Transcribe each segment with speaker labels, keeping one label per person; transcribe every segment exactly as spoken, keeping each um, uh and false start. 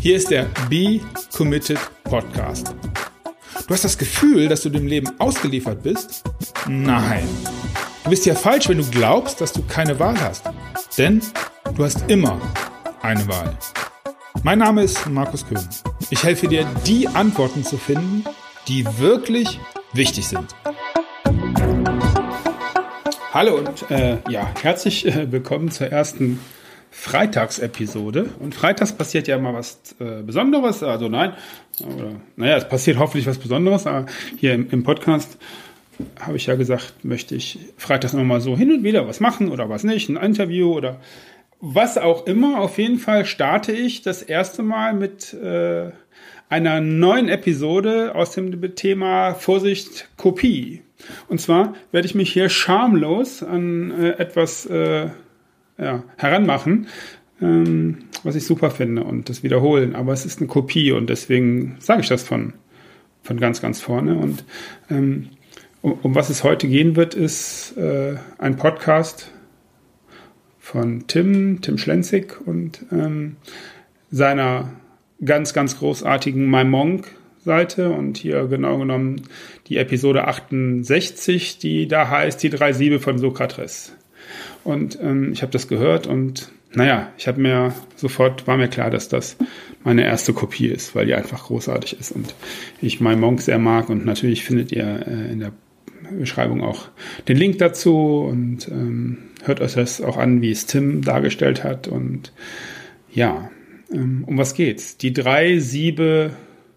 Speaker 1: Hier ist der Be Committed Podcast. Du hast das Gefühl, dass du dem Leben ausgeliefert bist? Nein. Du bist ja falsch, wenn du glaubst, dass du keine Wahl hast. Denn du hast immer eine Wahl. Mein Name ist Markus Köhn. Ich helfe dir, die Antworten zu finden, die wirklich wichtig sind. Hallo und äh, ja, herzlich äh, willkommen zur ersten Freitagsepisode. Und freitags passiert ja immer was äh, Besonderes, also nein, oder, naja, es passiert hoffentlich was Besonderes, aber hier im, im Podcast habe ich ja gesagt, möchte ich freitags immer mal so hin und wieder was machen oder was nicht, ein Interview oder was auch immer. Auf jeden Fall starte ich das erste Mal mit äh, einer neuen Episode aus dem Thema Vorsicht, Kopie. Und zwar werde ich mich hier schamlos an äh, etwas äh, ja, heranmachen, ähm, was ich super finde und das wiederholen. Aber es ist eine Kopie und deswegen sage ich das von, von ganz, ganz vorne. Und ähm, um, um was es heute gehen wird, ist äh, ein Podcast von Tim, Tim Schlenzig und ähm, seiner ganz, ganz großartigen My Monk Seite und hier genau genommen die Episode achtundsechzig, die da heißt Die drei Siebe von Sokrates. Und ähm, ich habe das gehört und naja, ich habe mir sofort, war mir klar, dass das meine erste Kopie ist, weil die einfach großartig ist und ich My Monk sehr mag und natürlich findet ihr äh, in der Beschreibung auch den Link dazu und ähm, hört euch das auch an, wie es Tim dargestellt hat und ja, ähm, um was geht's? Die drei Siebe,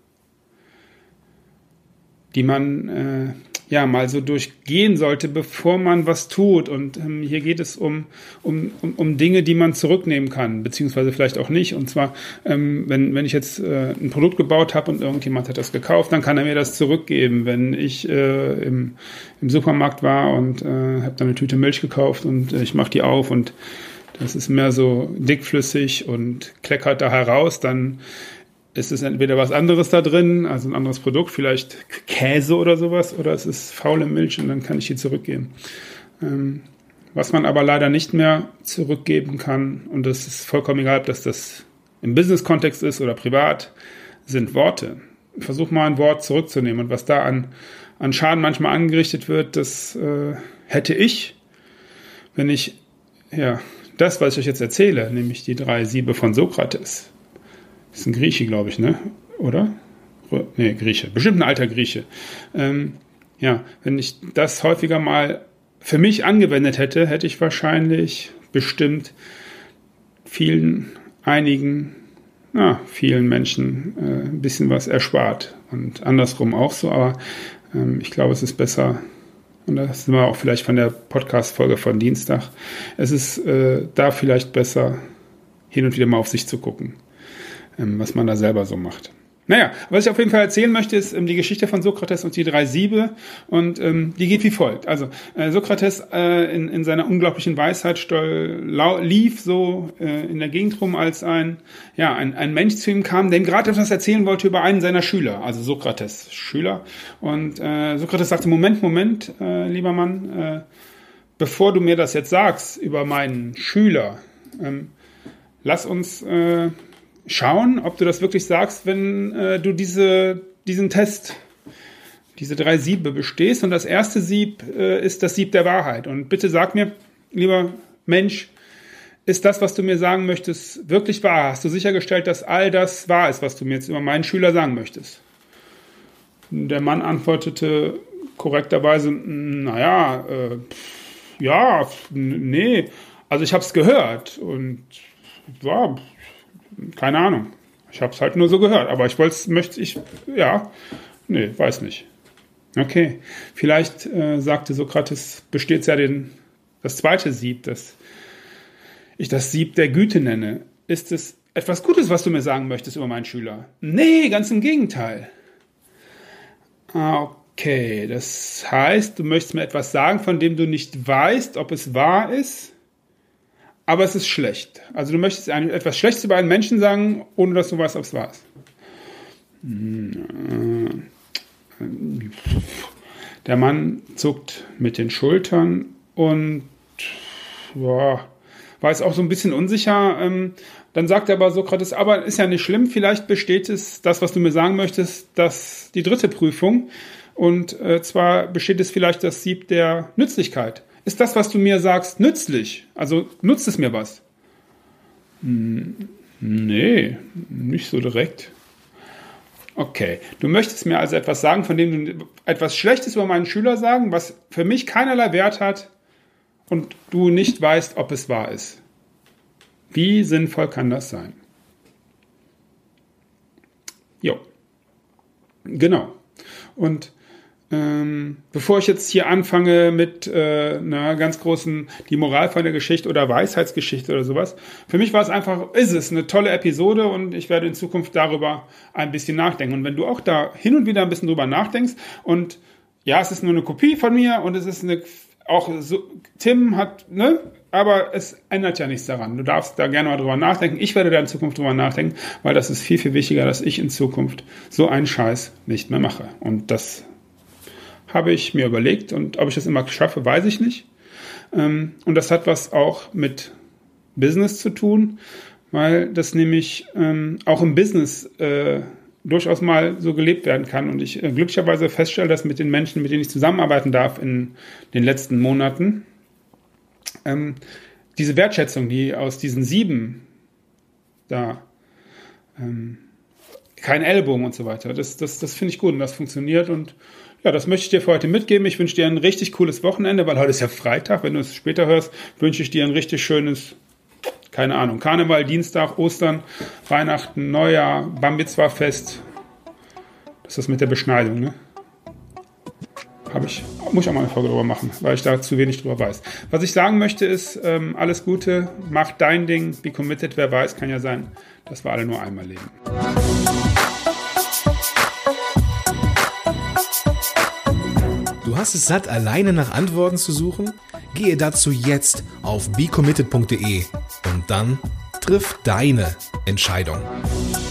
Speaker 1: die man äh, ja mal so durchgehen sollte, bevor man was tut. Und ähm, hier geht es um, um, um, um Dinge, die man zurücknehmen kann, beziehungsweise vielleicht auch nicht. Und zwar, ähm, wenn, wenn ich jetzt äh, ein Produkt gebaut habe und irgendjemand hat das gekauft, dann kann er mir das zurückgeben. Wenn ich äh, im, im Supermarkt war und äh, habe dann eine Tüte Milch gekauft und äh, ich mache die auf und das ist mehr so dickflüssig und kleckert da heraus, dann ist es entweder was anderes da drin, also ein anderes Produkt, vielleicht Käse oder sowas, oder es ist faule Milch und dann kann ich die zurückgeben. Ähm, was man aber leider nicht mehr zurückgeben kann, und das ist vollkommen egal, ob das, das im Business-Kontext ist oder privat, sind Worte. Versuch mal ein Wort zurückzunehmen und was da an, an Schaden manchmal angerichtet wird, das äh, hätte ich, wenn ich, ja, das, was ich euch jetzt erzähle, nämlich die drei Siebe von Sokrates. Das ist ein Grieche, glaube ich, ne? Oder? Nee, Grieche. Bestimmt ein alter Grieche. Ähm, ja, wenn ich das häufiger mal für mich angewendet hätte, hätte ich wahrscheinlich bestimmt vielen, einigen, ja, vielen Menschen äh, ein bisschen was erspart. Und andersrum auch so. Aber ähm, ich glaube, es ist besser, und das sind wir auch vielleicht von der Podcast-Folge von Dienstag, es ist äh, da vielleicht besser, hin und wieder mal auf sich zu gucken, was man da selber so macht. Naja, was ich auf jeden Fall erzählen möchte, ist ähm, die Geschichte von Sokrates und die drei Siebe. Und ähm, die geht wie folgt. Also äh, Sokrates äh, in, in seiner unglaublichen Weisheit stol, lau, lief so äh, in der Gegend rum, als ein, ja, ein, ein Mensch zu ihm kam, der ihm gerade etwas erzählen wollte über einen seiner Schüler, also Sokrates Schüler. Und äh, Sokrates sagte, Moment, Moment, äh, lieber Mann, äh, bevor du mir das jetzt sagst über meinen Schüler, ähm, lass uns äh, schauen, ob du das wirklich sagst, wenn äh, du diese, diesen Test, diese drei Siebe bestehst. Und das erste Sieb äh, ist das Sieb der Wahrheit. Und bitte sag mir, lieber Mensch, ist das, was du mir sagen möchtest, wirklich wahr? Hast du sichergestellt, dass all das wahr ist, was du mir jetzt über meinen Schüler sagen möchtest? Der Mann antwortete korrekterweise, naja, äh, ja, nee, also ich habe es gehört und ja, keine Ahnung. Ich habe es halt nur so gehört. Aber ich wollte es, möchte ich, ja, nee, weiß nicht. Okay, vielleicht, äh, sagte Sokrates, besteht es ja den, das zweite Sieb, das ich das Sieb der Güte nenne. Ist es etwas Gutes, was du mir sagen möchtest über meinen Schüler? Nee, ganz im Gegenteil. Okay, das heißt, du möchtest mir etwas sagen, von dem du nicht weißt, ob es wahr ist, aber es ist schlecht. Also du möchtest etwas Schlechtes über einen Menschen sagen, ohne dass du weißt, ob es wahr ist. Der Mann zuckt mit den Schultern und ja, war jetzt auch so ein bisschen unsicher. Ähm, dann sagt aber Sokrates, aber ist ja nicht schlimm, vielleicht besteht es, das, was du mir sagen möchtest, dass die dritte Prüfung. Und äh, zwar besteht es vielleicht das Sieb der Nützlichkeit. Ist das, was du mir sagst, nützlich? Also nutzt es mir was? Hm, nee, nicht so direkt. Okay, du möchtest mir also etwas sagen, von dem du etwas Schlechtes über meinen Schüler sagen, was für mich keinerlei Wert hat und du nicht weißt, ob es wahr ist. Wie sinnvoll kann das sein? Jo, genau. Und ähm, bevor ich jetzt hier anfange mit äh, einer ganz großen, die Moral von der Geschichte oder Weisheitsgeschichte oder sowas, für mich war es einfach, ist es eine tolle Episode und ich werde in Zukunft darüber ein bisschen nachdenken. Und wenn du auch da hin und wieder ein bisschen drüber nachdenkst und ja, es ist nur eine Kopie von mir und es ist eine, auch so, Tim hat, ne, aber es ändert ja nichts daran. Du darfst da gerne mal drüber nachdenken. Ich werde da in Zukunft drüber nachdenken, weil das ist viel, viel wichtiger, dass ich in Zukunft so einen Scheiß nicht mehr mache. Und das habe ich mir überlegt und ob ich das immer schaffe, weiß ich nicht. Und das hat was auch mit Business zu tun, weil das nämlich auch im Business äh, durchaus mal so gelebt werden kann. Und ich äh, glücklicherweise feststelle, dass mit den Menschen, mit denen ich zusammenarbeiten darf in den letzten Monaten, ähm, diese Wertschätzung, die aus diesen sieben da, ähm, kein Ellbogen und so weiter, das, das, das finde ich gut und das funktioniert und ja, das möchte ich dir für heute mitgeben. Ich wünsche dir ein richtig cooles Wochenende, weil heute ist ja Freitag. Wenn du es später hörst, wünsche ich dir ein richtig schönes, keine Ahnung, Karneval, Dienstag, Ostern, Weihnachten, Neujahr, Bar Mitzvah Fest. Das ist das mit der Beschneidung, ne? Habe ich, muss ich auch mal eine Folge drüber machen, weil ich da zu wenig drüber weiß. Was ich sagen möchte ist, ähm, alles Gute, mach dein Ding, be committed, wer weiß, kann ja sein, dass wir alle nur einmal leben.
Speaker 2: Du hast es satt, alleine nach Antworten zu suchen? Gehe dazu jetzt auf be committed punkt de und dann triff deine Entscheidung.